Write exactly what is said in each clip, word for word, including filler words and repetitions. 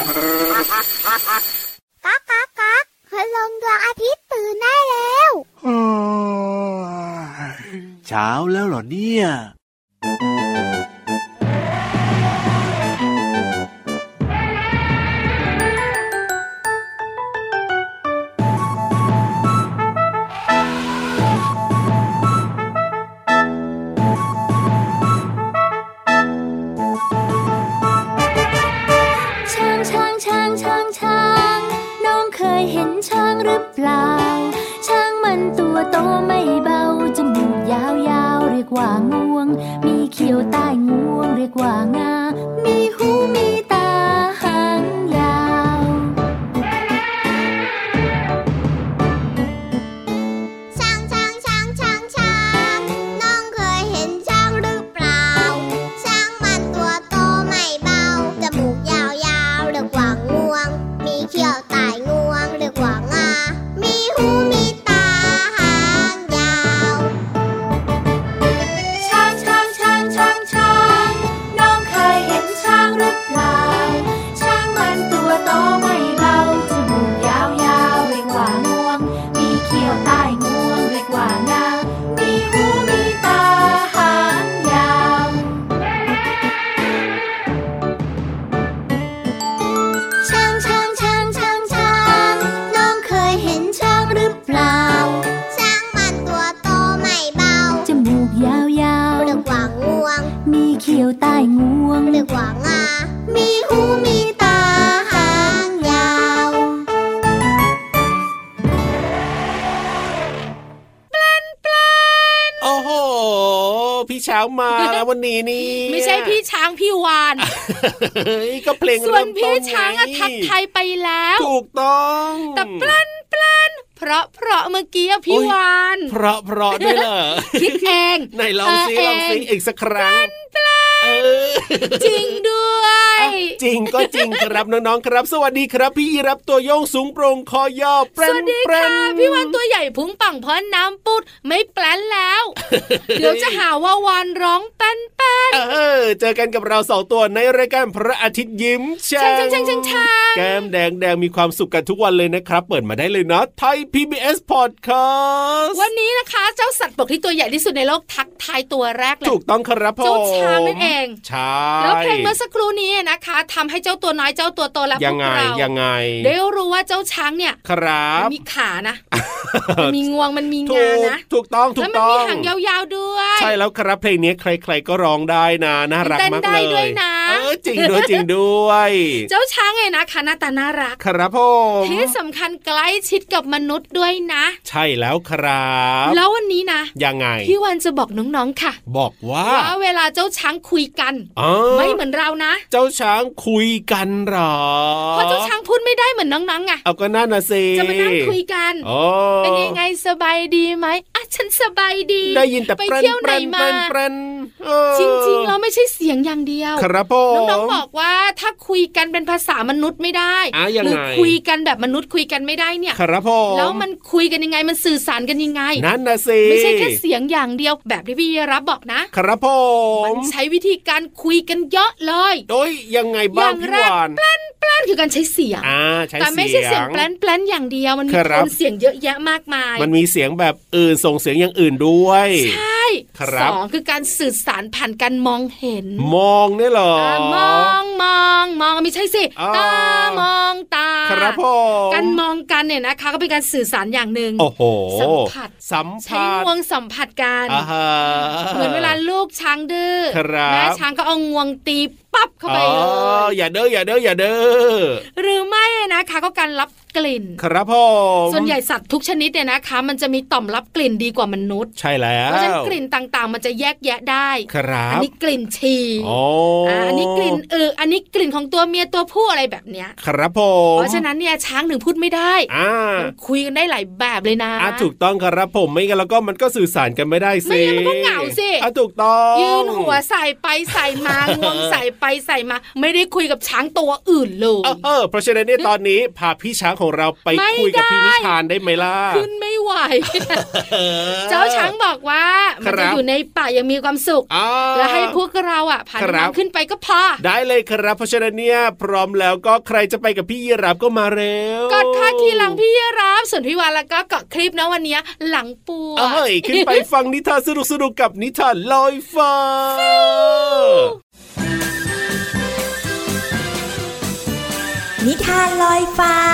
ก๊ากก๊ากก๊ากพลังดวงอาทิตย์ตื่นได้แล้วเช้าแล้วเหรอเนี่ยช้างหรือเปล่าช้างมันตัวโตไม่เบาจมูกยาวๆเรียกว่างวงมีเขี้ยวใต้งวงเรียกว่างามีหูมีตาหางยาวช้างช้างช้างช้างช้างน้องเคยเห็นช้างหรือเปล่าช้างมันตัวโตไม่เบาจมูกยาวๆเรียกว่างวงมีเขี้ยวใต้งวงเรียกว่างามีหูมีตาหางยาวช้างช้างช้างช้างช้างน้องเคยเห็นช้างหรือเปล่าช้างมันตัวโตไม่เบาจมูกยาวๆเรียกว่างวงมีเขี้ยวใต้งวงเรียกว่างามีหูมีตาหางยาวช้างช้างช้างช้างช้างน้องเคยเห็นช้างหรือเปล่าช้างมันตัวโตไม่เบาจมูกยาวๆเรียกว่างวงมีเขี้ยวใต้งวงเรียกว่างามีหูมีตาหางยาวโอ้โหพี่ช้างมาแล้ววันนี้นี่ไม่ใช่พี่ช้างพี่วานก็เพลงส่วนพี่ช้างอะทักทายไปแล้วถูกต้องแต่ปลันปลันเพราะเพราะเมื่อกี้พี่วานเพราะเพราะด้วยเหรอคิดเองไหนลองซิลองซิอีกสักครั้งจริงด้วยจริงก็จริงครับน้องๆครับสวัสดีครับพี่รับตัวโยงสูงโปร่งคอยาวแปรนสวัสดีค่ะพี่วานตัวใหญ่พุงปังพอน้ำปุดไม่แปลนแล้วเดี๋ยวจะหาว่าวานร้องแป้นแป้นเออเจอกันกับเราสองตัวในรายการพระอาทิตย์ยิ้มแฉ่งแก้มแดงแดงมีความสุขกันทุกวันเลยนะครับเปิดมาได้เลยนะไทย พี บี เอส Podcast วันนี้นะคะเจ้าสัตว์บกที่ตัวใหญ่ที่สุดในโลกทักทายตัวแรกเลยถูกต้องครับพ่อเจ้าช้างนั่นเองใช่แล้วเพลงเมื่อสักครู่นี้นะคะทำให้เจ้าตัวน้อยเจ้าตัวโตและพวกเรายังไงได้รู้ว่าเจ้าช้างเนี่ยครับมีขานะมันมีงวงมันมีงานะถูกต้องถูกต้องแล้วมันมีหางยาวๆด้วยใช่แล้วครับเพลงนี้ใครๆก็ร้องได้นะน่ารักมากเลยเต้นได้ด้วยนะเออจริงด้วยจริงด้วยเจ้าช้างไงนะคะหน้าตาน่ารักครับผมที่สำคัญใกล้ชิดกับมนุษย์ด้วยนะใช่แล้วครับแล้ววันนี้นะยังไงพี่วันจะบอกน้องๆค่ะบอกว่าว่าเวลาเจ้าช้างคุยกันไม่เหมือนเรานะเจ้าช้างคุยกันหรอเพราะเจ้าช้างพูดไม่ได้เหมือนน้องๆไงเอาก็น่าน่ะสิจะมานั่งคุยกันเป็นยังไงสบายดีไหมอ่ะฉันสบายดีได้ยินแต่ไปเที่ยวไหนมาจริงๆเราไม่ใช่เสียงอย่างเดียวครับพ่อน้องๆบอกว่าถ้าคุยกันเป็นภาษามนุษย์ไม่ได้หรือคุยกันแบบมนุษย์คุยกันไม่ได้เนี่ยครับพ่อแล้วมันคุยกันยังไงมันสื่อสารกันยังไงนั่นน่ะสิไม่ใช่แค่เสียงอย่างเดียวแบบที่พี่รับบอกนะครับพ่อมันใช้วิธีการคุยกันเยอะเลยโดยยังไงบ้างพี่วานแปลนแปลนคือการใช้เสียงแต่ไม่ใช่เสียงแปลนแปลนอย่างเดียวมันมีโทนเสียงเยอะแยะมากมายมันมีเสียงแบบอื่นส่งเสียงอย่างอื่นด้วยใช่สองคือการสื่อสารผ่านการมองเห็นมองนี่เหรอมองมองมองไม่ใช่สิตามองตาครับพ่อการมองกันเนี่ยนะคะก็เป็นการสื่อสารอย่างหนึ่งโอ้โหสัมผัสสัมผัสใช้งวงสัมผัสกันเหมือนเวลาลูกช้างดื้อแม่ช้างก็เอางวงตีปั๊บเข้าไปเลยอย่าเด้ออย่าเด้ออย่าเด้อหรือไม่นะคะก็การรับกลิ่นครับพ่อส่วนใหญ่สัตว์ทุกชนิดเนี่ยนะคะมันจะมีต่อมรับกลิ่นดีกว่ามนุษย์ใช่แล้วเพราะฉะนั้นกลิ่นต่างๆมันจะแยกแยะได้ครับอันนี้กลิ่นฉี่อ๋ออันนี้กลิ่นเอออันนี้กลิ่นของตัวเมียตัวผู้อะไรแบบเนี้ยครับผมเพราะฉะนั้นเนี่ยช้างถึงพูดไม่ได้มันคุยกันได้หลายแบบเลยนะอ่ะถูกต้องครับผมไม่งั้นแล้วก็มันก็สื่อสารกันไม่ได้สิไม่งั้นมันก็เหงาสิอ่ะถูกต้องยืนหัวใส่ไปใส่มางวงใส่ไปใส่มาไม่ได้คุยกับช้างตัวอื่นเลยเออเพราะฉะนั้นเนี่ยตอนนี้พาพี่ช้างของเราไปคุยกับพี่นิทานได้ไหมล่ะขึ้นไม่ไหว เจ้าช้างบอกว่ามันจะอยู่ในป่ายังมีความสุขและให้พวกเราอ่ะพาน้องขึ้นไปก็พอได้เลยครับเพราะฉะนั้นเนี่ยพร้อมแล้วก็ใครจะไปกับพี่ยีราฟก็มาเร็วกอดข้าทีหลังพี่ยีราฟส่วนพี่วานแล้วก็เกาะคลิปนะวันนี้หลังปูเอ้ยขึ้นไปฟังนิทานสนุกๆกับนิทานลอยฟ้านิทานลอยฟ้า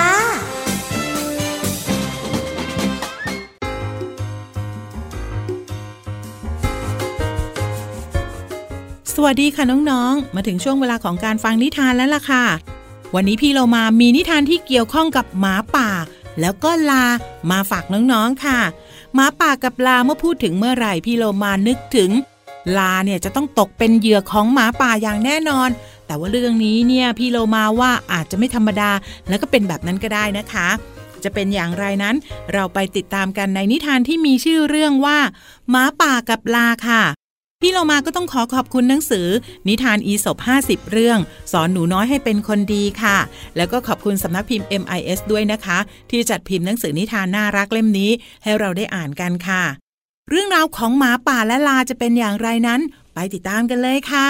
สวัสดีค่ะน้องๆมาถึงช่วงเวลาของการฟังนิทานแล้วล่ะค่ะวันนี้พี่เรามามีนิทานที่เกี่ยวข้องกับหมาป่าแล้วก็ลามาฝากน้องๆค่ะหมาป่ากับลาเมื่อพูดถึงเมื่อไหร่พี่เรามานึกถึงลาเนี่ยจะต้องตกเป็นเหยื่อของหมาป่าอย่างแน่นอนแต่ว่าเรื่องนี้เนี่ยพี่เรามาว่าอาจจะไม่ธรรมดาแล้วก็เป็นแบบนั้นก็ได้นะคะจะเป็นอย่างไรนั้นเราไปติดตามกันในนิทานที่มีชื่อเรื่องว่าหมาป่ากับลาค่ะพี่เรามาก็ต้องขอขอบคุณหนังสือนิทานอีสปห้าสิบเรื่องสอนหนูน้อยให้เป็นคนดีค่ะแล้วก็ขอบคุณสำนักพิมพ์ เอ็ม ไอ เอส ด้วยนะคะที่จัดพิมพ์หนังสือนิทานน่ารักเล่มนี้ให้เราได้อ่านกันค่ะเรื่องราวของหมาป่าและลาจะเป็นอย่างไรนั้นไปติดตามกันเลยค่ะ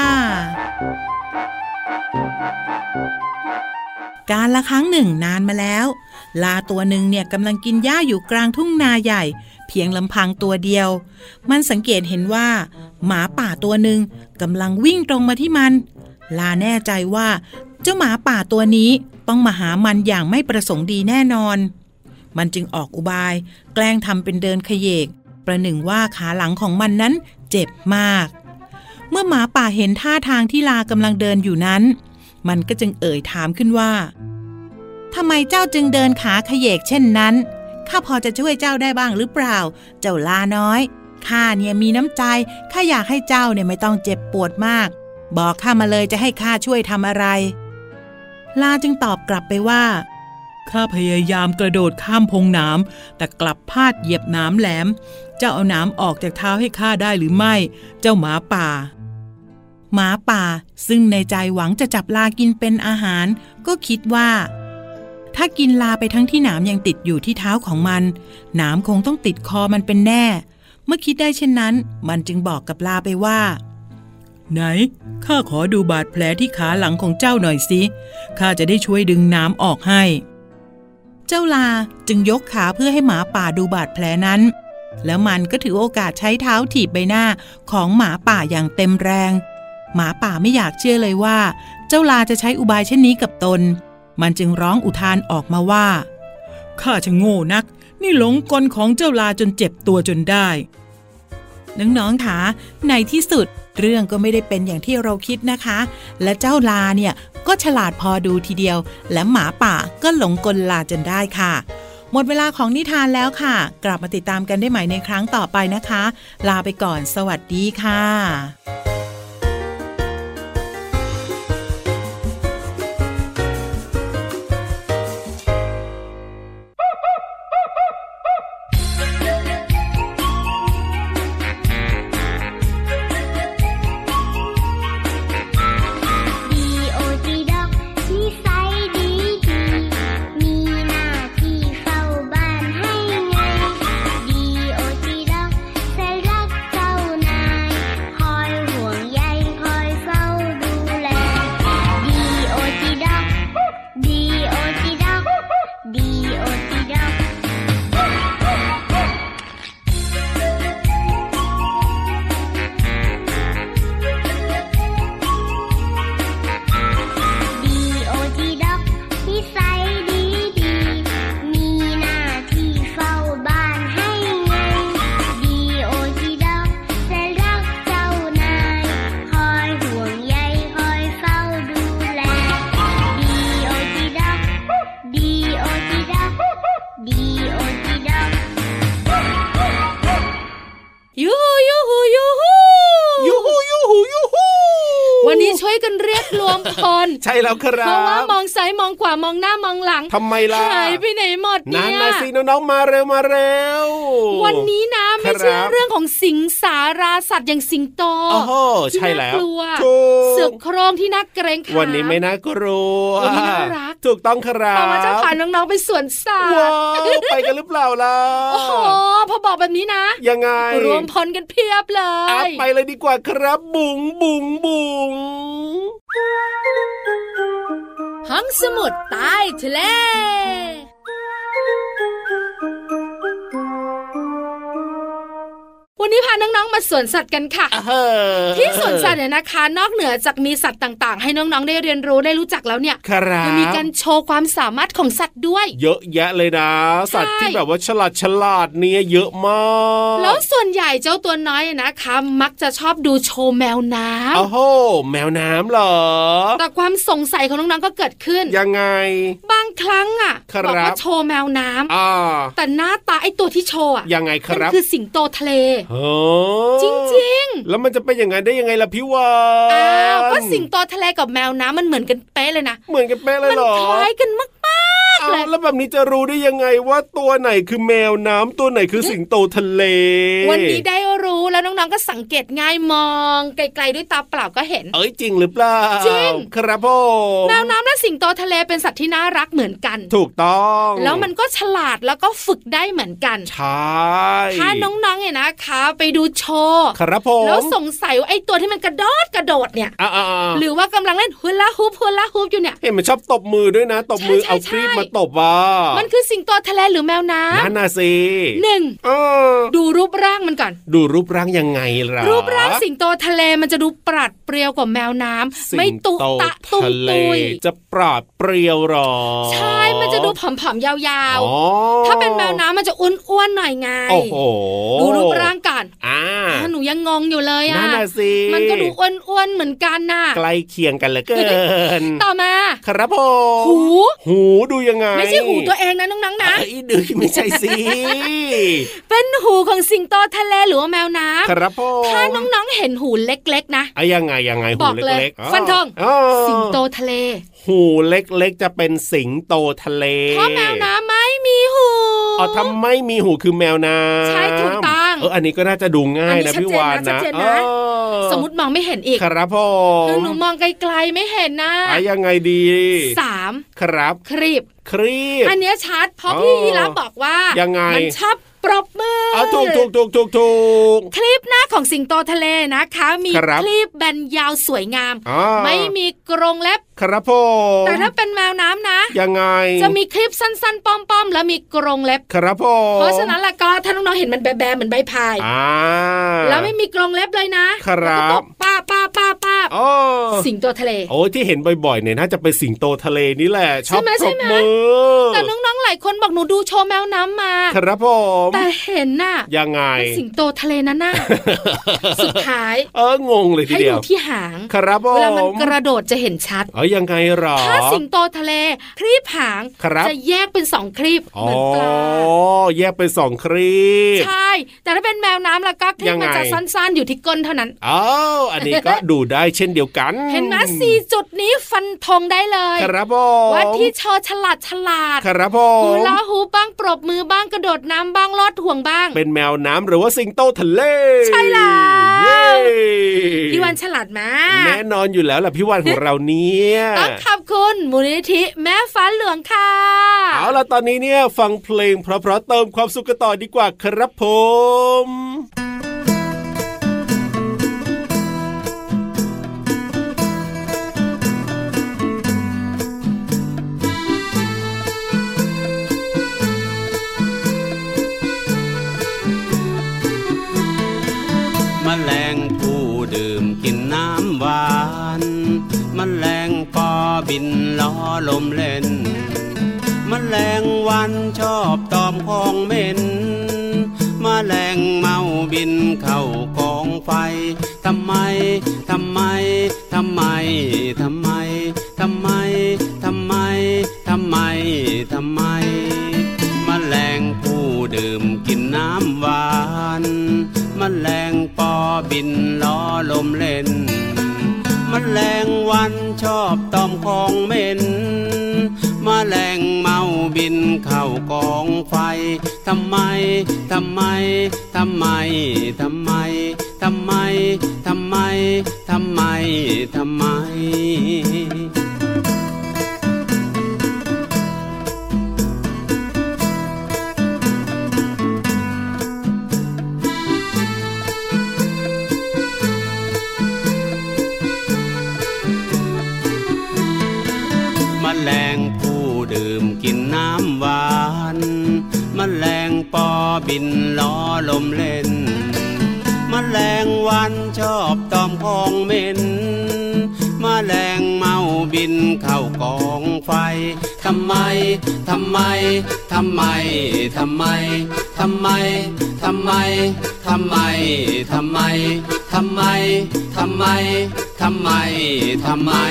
การละครั้งหนึ่งนานมาแล้วลาตัวหนึ่งเนี่ยกำลังกินหญ้าอยู่กลางทุ่งนาใหญ่เพียงลำพังตัวเดียวมันสังเกตเห็นว่าหมาป่าตัวหนึ่งกำลังวิ่งตรงมาที่มันลาแน่ใจว่าเจ้าหมาป่าตัวนี้ต้องมาหามันอย่างไม่ประสงค์ดีแน่นอนมันจึงออกอุบายแกล้งทำเป็นเดินเขยกประหนึ่งว่าขาหลังของมันนั้นเจ็บมากเมื่อหมาป่าเห็นท่าทางที่ลากำลังเดินอยู่นั้นมันก็จึงเอ่ยถามขึ้นว่าทำไมเจ้าจึงเดินขาเขยกเช่นนั้นข้าพอจะช่วยเจ้าได้บ้างหรือเปล่าเจ้าลาน้อยข้าเนี่ยมีน้ำใจข้าอยากให้เจ้าเนี่ยไม่ต้องเจ็บปวดมากบอกข้ามาเลยจะให้ข้าช่วยทำอะไรลาจึงตอบกลับไปว่าข้าพยายามกระโดดข้ามพงหนามแต่กลับพลาดเหยียบหนามแหลมเจ้าเอาหนามออกจากเท้าให้ข้าได้หรือไม่เจ้าหมาป่าหมาป่าซึ่งในใจหวังจะจับลากินเป็นอาหารก็คิดว่าถ้ากินลาไปทั้งที่หนามยังติดอยู่ที่เท้าของมันหนามคงต้องติดคอมันเป็นแน่เมื่อคิดได้เช่นนั้นมันจึงบอกกับลาไปว่าไหนข้าขอดูบาดแผลที่ขาหลังของเจ้าหน่อยสิข้าจะได้ช่วยดึงหนามออกให้เจ้าลาจึงยกขาเพื่อให้หมาป่าดูบาดแผลนั้นแล้วมันก็ถือโอกาสใช้เท้าถีบใบหน้าของหมาป่าอย่างเต็มแรงหมาป่าไม่อยากเชื่อเลยว่าเจ้าลาจะใช้อุบายเช่นนี้กับตนมันจึงร้องอุทานออกมาว่าข้าจะโง่นักนี่หลงกลของเจ้าลาจนเจ็บตัวจนได้น้องๆค่ะในที่สุดเรื่องก็ไม่ได้เป็นอย่างที่เราคิดนะคะและเจ้าลาเนี่ยก็ฉลาดพอดูทีเดียวและหมาป่าก็หลงกลลาจนได้ค่ะหมดเวลาของนิทานแล้วค่ะกลับมาติดตามกันได้ใหม่ในครั้งต่อไปนะคะลาไปก่อนสวัสดีค่ะใช่แล้วครับเพราะว่ามองซ้ายมองขวามองหน้ามองหลังทำไมล่ะหายไปไหนหมดเนี่ยนั่นนะสิน้องๆมาเร็วมาเร็ววันนี้นะไม่ใช่เรื่องของสิงสาราสัตว์อย่างสิงโตโอ้โหใช่แล้วเสือโคร่งที่น่าเกรงขามวันนี้ไม่น่ากลัววันนี้น่ารักถูกต้องครับเอาว่าจะพาน้องๆไปสวนสัตว์ว้าวไปกันหรือเปล่าล่ะโอ้โหพอบอกแบบนี้นะยังไงรวมพลกันเพียบเลยไปเลยดีกว่าครับบุ๋งบุ๋งบุ๋งห้องสมุดใต้ทะเลวันนี้พาน้องๆมาสวนสัตว์กันค่ะที่สวนสัตว์เนี่ยนะคะนอกเหนือจากมีสัตว์ต่างๆให้น้องๆได้เรียนรู้ได้รู้จักแล้วเนี่ยยังมีการโชว์ความสามารถของสัตว์ด้วยเยอะแยะเลยนะสัตว์ที่แบบว่าฉลาดฉลาดเนี่ยเยอะมากแล้วส่วนใหญ่เจ้าตัวน้อยนะคะมักจะชอบดูโชว์แมวน้ำโอ้โหแมวน้ำเหรอแต่ความสงสัยของน้องๆก็เกิดขึ้นยังไงบางครั้งอ่ะบอกว่าโชว์แมวน้ำแต่หน้าตาไอตัวที่โชว์อ่ะยังไงครับมันคือสิงโตทะเลจริงๆแล้วมันจะเป็นอย่างไงได้ยังไงล่ะพี่วานอ้าวก็สิงโตทะเลกับแมวน้ำมันเหมือนกันเป๊ะเลยนะเหมือนกันเป๊ะเลยเหรอมันคล้ายกันมากๆเลยแล้วแบบนี้จะรู้ได้ยังไงว่าตัวไหนคือแมวน้ำตัวไหนคือสิงโตทะเลวันนี้ได้รู้แล้วน้องๆก็สังเกตง่ายมองไกลๆด้วยตาเปล่าก็เห็นเอ้ยจริงหรือเปล่าจริงครับพ่อแมวน้ำและสิงโตทะเลเป็นสัตว์ที่น่ารักเหมือนกันถูกต้องแล้วมันก็ฉลาดแล้วก็ฝึกได้เหมือนกันใช่ถ้าน้องๆเนี่ยนะคะไปดูโชว์ครับพ่อแล้วสงสัยว่าไอ้ตัวที่มันกระโดดกระโดดเนี่ยหรือว่ากำลังเล่นฮูลาฮูปฮูลาฮูปอยู่เนี่ยเห็นมันชอบตบมือด้วยนะตบมือเอาครีบมาตบว่ามันคือสิงโตทะเลหรือแมวน้ำนั่นน่ะสิหนึ่งดูรูปร่างมันก่อนดูรูปร่างยังไงล่ะรูปร่างสิงโตทะเลมันจะดูปราดเปรียวกว่าแมวน้ำไม่ตุตะตุ้มตุยจะปราดเปรียวหรอใช่มันจะดูผอมๆยาวๆถ้าเป็นแมวน้ำมันจะอ้วนๆหน่อยไงโอ้โหดูรูปร่างกันอ่าหนูยังงงอยู่เลยอ่ะนั่นน่ะสิมันก็ดูอ้วนๆเหมือนกันน่ะใกล้เคียงกันเหลือเกินต่อมาครับผมหูหูดูยังไงไม่ใช่หูตัวเองนะน้องๆนะเอ้ยดูไม่ใช่สิเป็นหูของสิงโตทะเลหรือว่าแมวน้ำครับผมถ้าน้องๆเห็นหูเล็กๆนะอะยังไงยังไงหูเล็กๆฟันธงสิงโตทะเลหูเล็กๆจะเป็นสิงโตทะเลเพราะแมวน้ำไม่มีหูอ๋อทำไม่มีหูคือแมวน้ำใช่ถูกต้องเอออันนี้ก็น่าจะดูง่ายนะพี่วานนะสมมติมองไม่เห็นอีกครับผมหนูมองไกลๆไม่เห็นนะอะยังไงดีสามครับครีบครีบอันนี้ชัดเพราะพี่ยีราฟบอกว่ายังไงมันชอบปรบมืออ่ะถูกถูกถูกถูกถูกคลิปหน้าของสิงโตทะเลนะคะมีคลิปแบนยาวสวยงามไม่มีกรงเล็บครับผมแต่ถ้าเป็นแมวน้ำนะยังไงจะมีคลิปสั้นๆป้อมๆแล้วมีกรงเล็บครับผมเพราะฉะนั้นล่ะก็ถ้าน้องๆเห็นมันแบๆเหมือนใบพายแล้วไม่มีกรงเล็บเลยนะครับป้าป้าป้าป้าสิงโตทะเลโอ้ที่เห็นบ่อยๆเนี่ยน่าจะเป็นสิงโตทะเลนี่แหละชอบปรบมือแต่น้องๆหลายคนบอกหนูดูโชว์แมวน้ำมาครับผมแต่เห็นน่ะยังไงสิงโตทะเลนั่นน่ะสุดท้ายเอองงเลยทีเดียวให้ดูที่หางครับผมเวลามันกระโดดจะเห็นชัดเอ้ยยังไงหรอถ้าสิงโตทะเลครีบหางจะแยกเป็นสองครีบเหมือนปลาอ๋อแยกเป็นสองครีบใช่แต่ถ้าเป็นแมวน้ำแล้วก็ครีบมันจะสั้นๆอยู่ที่ก้นเท่านั้นอ๋ออันนี้ก็ดูได้เช่นเดียวกันเห็นไหมสี่จุดนี้ฟันธงได้เลยครับผมว่าที่โชว์ฉลาดฉลาดครับผมฮูลาฮูปบ้างปรบมือบ้างกระโดดน้ำบ้างลอดห่วงบ้างเป็นแมวน้ำหรือว่าสิงโตทะเลใช่แล้วพี่วันฉลาดไหมแน่นอนอยู่แล้วล่ะพี่วันของเราเนี่ยต้องขอบคุณมูลนิธิแม่ฟ้าเหลืองค่ะเอาล่ะตอนนี้เนี่ยฟังเพลงเพราะๆเติมความสุขกันต่อดีกว่าครับผมแมลงผู้ดื่มกินน้ำหวานแมลงปอบินล้อลมเล่นแมลงวันชอบตอมของเหม็นแมลงเมาบินเข้ากองไฟทำไมทำไมทำไมทำไมทำไมทำไมทำไมทำไมแมลงผู้ดื่มกินน้ำหวานแมลงปอบินล้อลมเล่นแมมแมลงวันชอบตอมของเหม็นมแมลงเมาบินเข้ากองไฟทำไมทำไมทำไมทำไมทำไมทำไมทำไมทำไมมแมลงผู้ดื่มกินน้ำหวานมแมลงปอบินล้อลมเล่นมแมลงวันชอบตอมของเหม็นมแมลงเมาบินเข้ากองไฟทำไมทำไมทำไมทำไมทำไมทำไมทำไมทำไมทำไมทำไมทำไมทำไม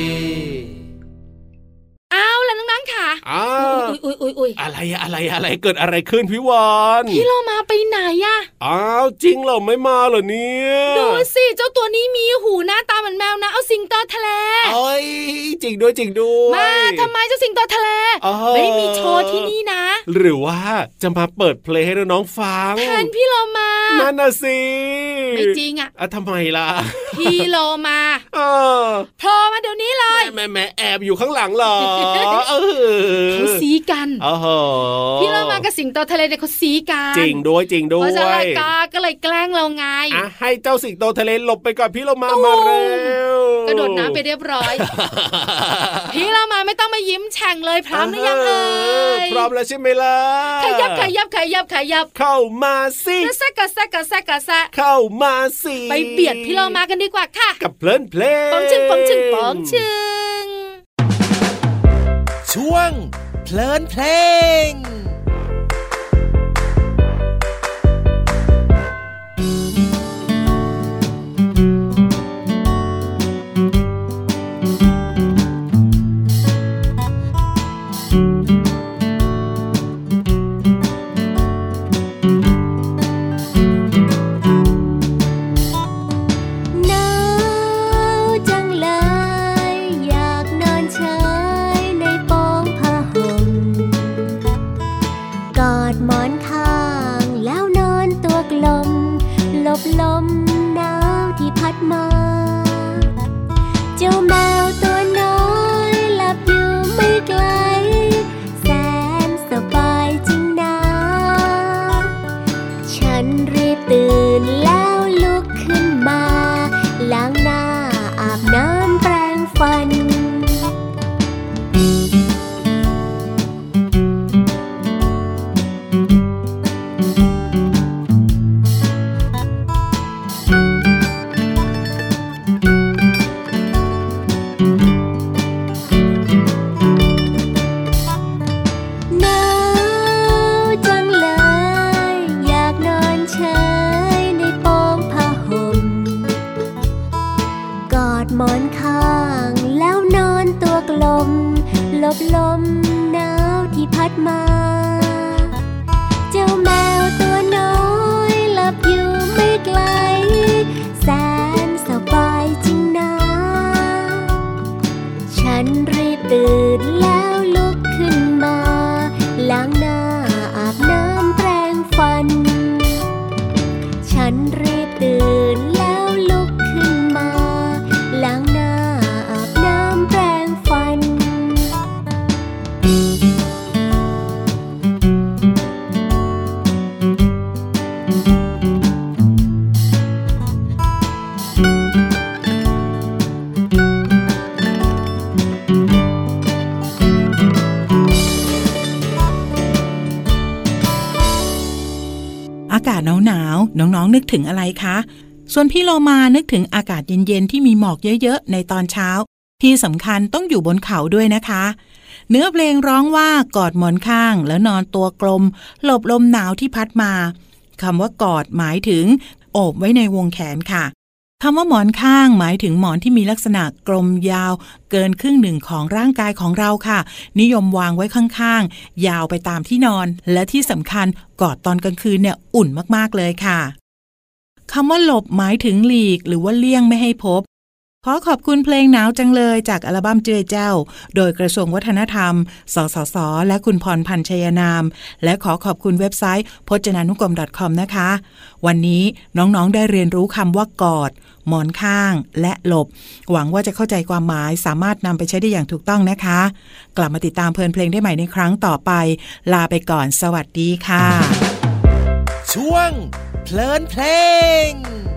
เอาล่ะน้องๆค่ะอ้าอุ๊ยอุ๊ยอุ๊ยอะไรอะไรอะไรเกิดอะไรขึ้นพี่วานพี่เรามาไปไหนอะอ้าวจริงเหรอไม่มาเหรอเนี่ยดูสิเจ้าตัวนี้มีหูหน้าตาเหมือนแมวนะเอาสิงโตทะเลเอ้ยจริงด้วยจริงด้วยมาทำไมเจ้าสิงโตทะเลไม่ได้มีโชว์ที่นี่นะหรือว่าจะมาเปิดเพลงให้น้องๆฟังแทนพี่เรามานั่นน่ะสิไม่จริงอะอ่ะทำไมล่ะพี่เรามาเออพอมาเดี๋ยวนี้เลยแม่แม่แอบอยู่ข้างหลังเหรอเออเขาซีกันพี่เรามากับสิงโตทะเลเนี่ยเขาซีกันจริงด้วยจริงด้วยเพราะฉะนั้นก็เลยแกล้งเราไงอ่ะให้เจ้าสิงโตทะเลหลบไปก่อนพี่เรามามาเร็วกระโดดน้ำไปเรียบร้อยพี่เรามาไม่ต้องมายิ้มแฉ่งเลยพร้อมหรือยังเอ่ยพร้อมแล้วใช่ไหมล่ะขยับขยับขยับขยับเข้ามาสิกระแซะกระแซะกระแซะกระแซะเข้ามาสิไปเบียดพี่เรามากันดีกว่าค่ะกับเพลินเพลงปองชึงปองชึงปองชึงช่วงเพลินเพลงลมหนาวที่พัดมาเจ้าแมวตัวน้อยหลับอยู่ไม่ไกลแสนสบายจริงนะฉันรีบตื่นแล้วลุกขึ้นมาล้างหน้าอาบน้ำแปรงฟันหมอนข้างแล้วนอนตัวกลมหลบลมหนาวที่พัดมาเจ้าแมวตัวน้อยหลับอยู่ไม่ไกลแสนสบายจริงนะฉันรีบตื่นแล้วลุกขึ้นมาล้างหน้าอาบน้ำแปรงฟันฉันรีบตื่นแล้วลุกขึ้นมาล้างหน้าอาบน้ำแปรงฟันอากาศหนาวๆน้องๆนึกถึงอะไรคะส่วนพี่โลมานึกถึงอากาศเย็นๆที่มีหมอกเยอะๆในตอนเช้าที่สำคัญต้องอยู่บนเขาด้วยนะคะเนื้อเพลงร้องว่ากอดหมอนข้างแล้วนอนตัวกลมหลบลมหนาวที่พัดมาคำว่ากอดหมายถึงโอบไว้ในวงแขนค่ะคำว่าหมอนข้างหมายถึงหมอนที่มีลักษณะกลมยาวเกินครึ่งหนึ่งของร่างกายของเราค่ะนิยมวางไว้ข้างๆยาวไปตามที่นอนและที่สำคัญกอดตอนกลางคืนเนี่ยอุ่นมากๆเลยค่ะคำว่าหลบหมายถึงหลีกหรือว่าเลี่ยงไม่ให้พบขอขอบคุณเพลงหนาวจังเลยจากอัลบั้มเจือเจ้าโดยกระทรวงวัฒนธรรมสสสและคุณพรพันธ์ชัยนามและขอขอบคุณเว็บไซต์พจนานุกรม .com นะคะวันนี้น้องๆได้เรียนรู้คำว่ากอดหมอนข้างและหลบหวังว่าจะเข้าใจความหมายสามารถนำไปใช้ได้อย่างถูกต้องนะคะกลับมาติดตามเพลินเพลงได้ใหม่ในครั้งต่อไปลาไปก่อนสวัสดีค่ะช่วงเพลินเพลง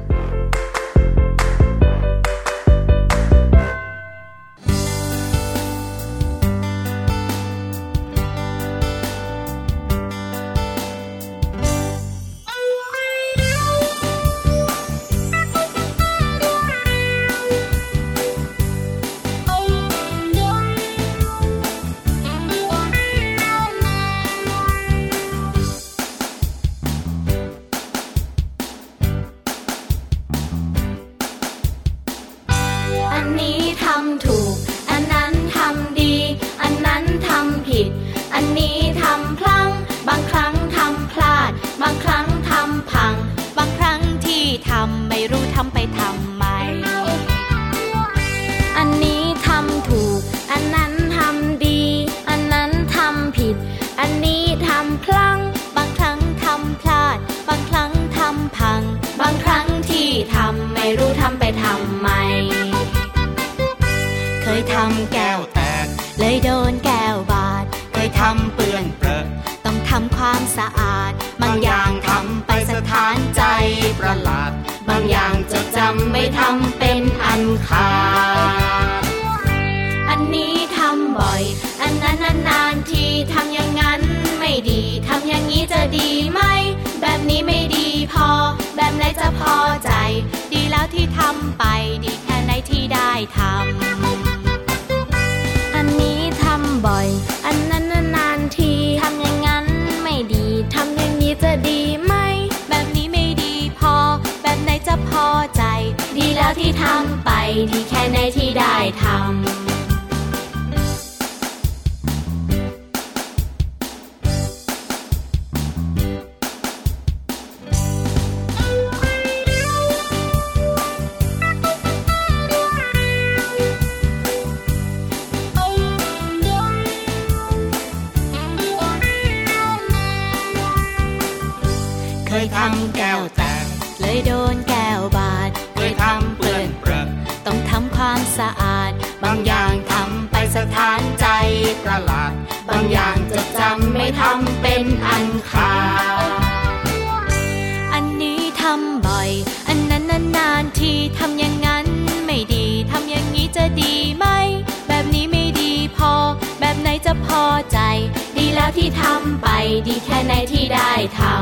ที่ทำไปดีแค่ไหนที่ได้ทำเคยทำแก้วแตกเลยโดนแก้วบาดเคยทำเปื้อนเปรอะต้องทำความสะอาดบางอย่างทำไปสถานใจประหลาดบางอย่างจะจำไม่ทำเป็นอันขาดอันนี้ทำบ่อยอันนั้นนานๆทีทำอย่างนั้นไม่ดีทำอย่างนี้จะดีไหมแบบนี้ไม่ดีพอแบบไหนจะพอใจดีแล้วที่ทำไปดีแค่ไหนที่ได้ทำ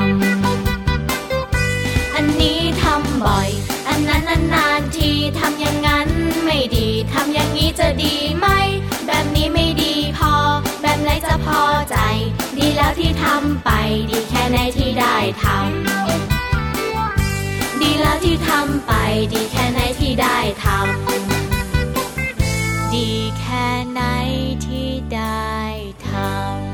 อันนี้ทำบ่อยอันนั้นนานๆทีทำอย่างนั้นไม่ดีทำอย่างนี้จะดีไหมแบบนี้ไม่ดีพอแบบไหนจะพอใจดีแล้วที่ทำไปดีแค่ไหนที่ได้ทำดีแล้วที่ทำไปดีแค่ไหนที่ได้ทำดีแค่ไหนที่ได้ทำ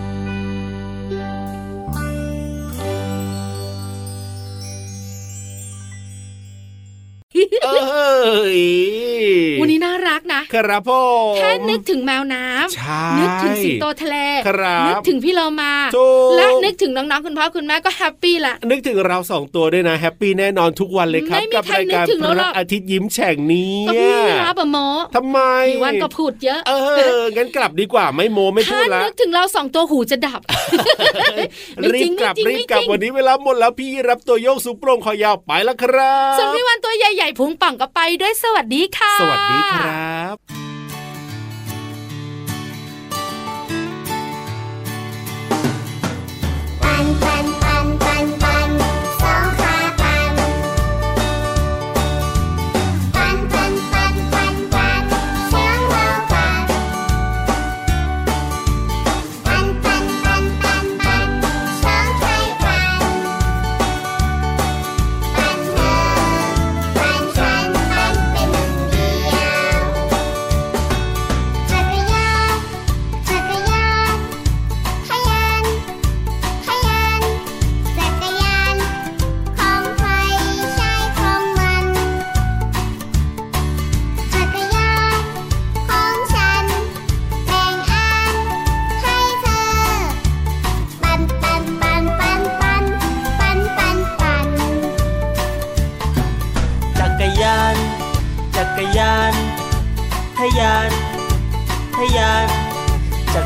เอ้ยวันนี้น่ารักนะครับพ่อแค่นึกถึงแมวน้ำนึกถึงสิงโตทะเลนึกถึงพี่โลมาและนึกถึงน้องๆคุณพ่อคุณแม่ก็แฮปปี้ละนึกถึงเราสองตัวด้วยนะแฮปปี้แน่นอนทุกวันเลยครับกับรายการพระอาทิตย์ยิ้มแฉ่งนี้ก็พี่รับอะโมทำไมวันก็พูดเยอะเอองั้นกลับดีกว่าไม่โมไม่พูดละถ้านึกถึงเราสองตัวหูจะดับรีบกลับรีบกลับวันนี้เวลาหมดแล้วพี่รับตัวโยกสูงโปร่งคอยาวไปแล้วครับส่วนพี่วันตัวใหญ่ๆพุงป่องก็ไปด้วยสวัสดีค่ะสวัสดีครับปันปันปันปันปันสองขาปันปันปันปันปันปันเสียงเราปันปันปันปันปันปันสองไทยปันปันเธอปันฉันปันเป็นหนึ่งเดียว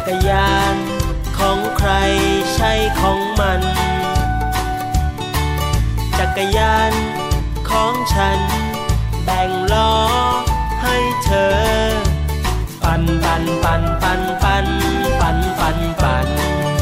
กรยานของใครใช่ของมันจักรยานของฉันแบ่งล้อให้เธอปั่นปั่นปั่นปั่นปั่นปั่นปั่นปั่น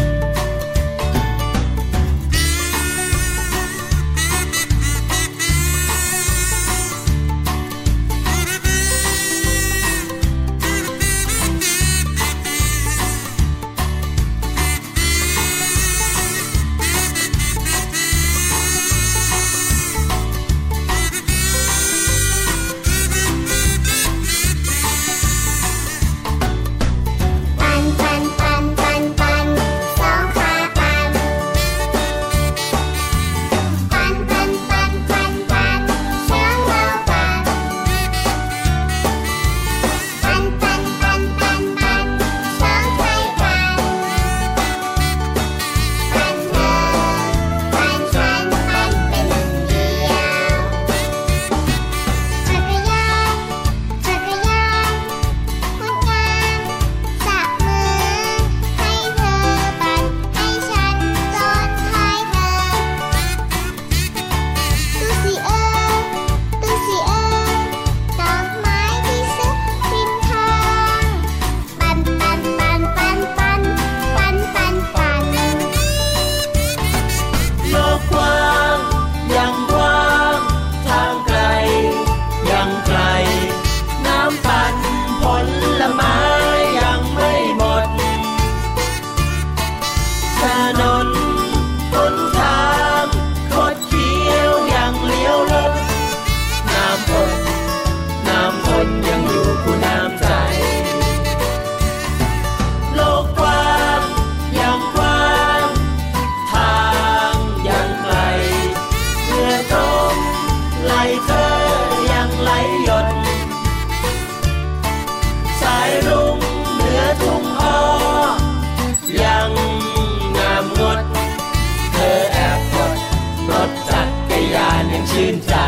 ชื่นใจ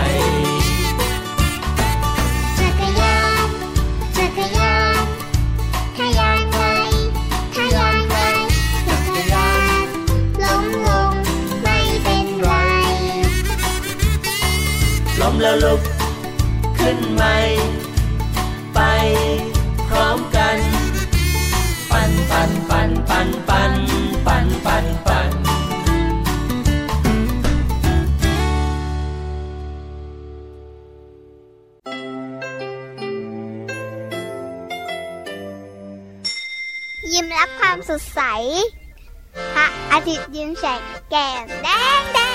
จักรยานจักรยานถ้ายานไงถ้ายานไงจักรยานล้มลงไม่เป็นไรล้มแล้วลุกขึ้นใหม่ไปพร้อมกันปั่นปั่นปั่นปั่นปั่นปั่นปั่นปั่นยิ้มรับความสดใสพระอาทิตย์ยิ้มแฉกแก้มแดงแด